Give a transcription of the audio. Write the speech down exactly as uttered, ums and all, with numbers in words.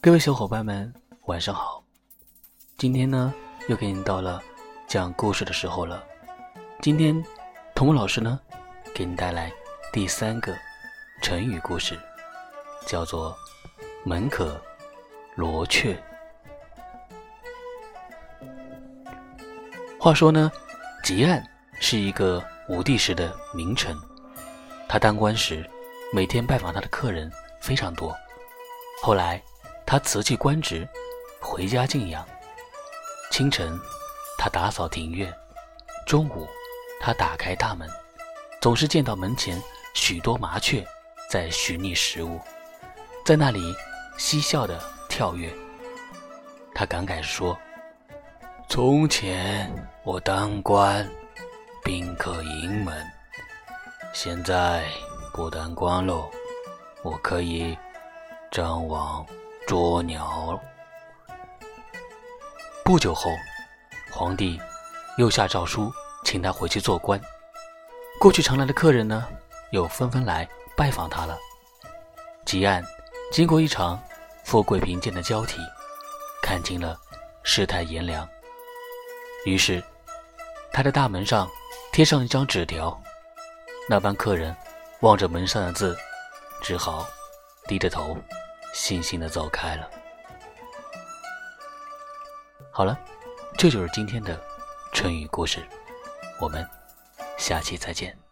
各位小伙伴们晚上好，今天呢又给你到了讲故事的时候了。今天童老师呢给你带来第三个成语故事，叫做门可罗雀。话说呢，吉安是一个武帝时的名臣，他当官时每天拜访他的客人非常多。后来他辞去官职，回家静养。清晨他打扫庭院，中午他打开大门，总是见到门前许多麻雀在寻觅食物，在那里嬉笑地跳跃。他感慨说，从前我当官宾客盈门，现在不当官喽，我可以张网捉鸟。不久后，皇帝又下诏书请他回去做官。过去常来的客人呢，又纷纷来拜访他了。吉安经过一场富贵贫贱的交替，看清了世态炎凉，于是他在大门上贴上一张纸条。那班客人望着门上的字，只好低着头悻悻地走开了。好了，这就是今天的成语故事，我们下期再见。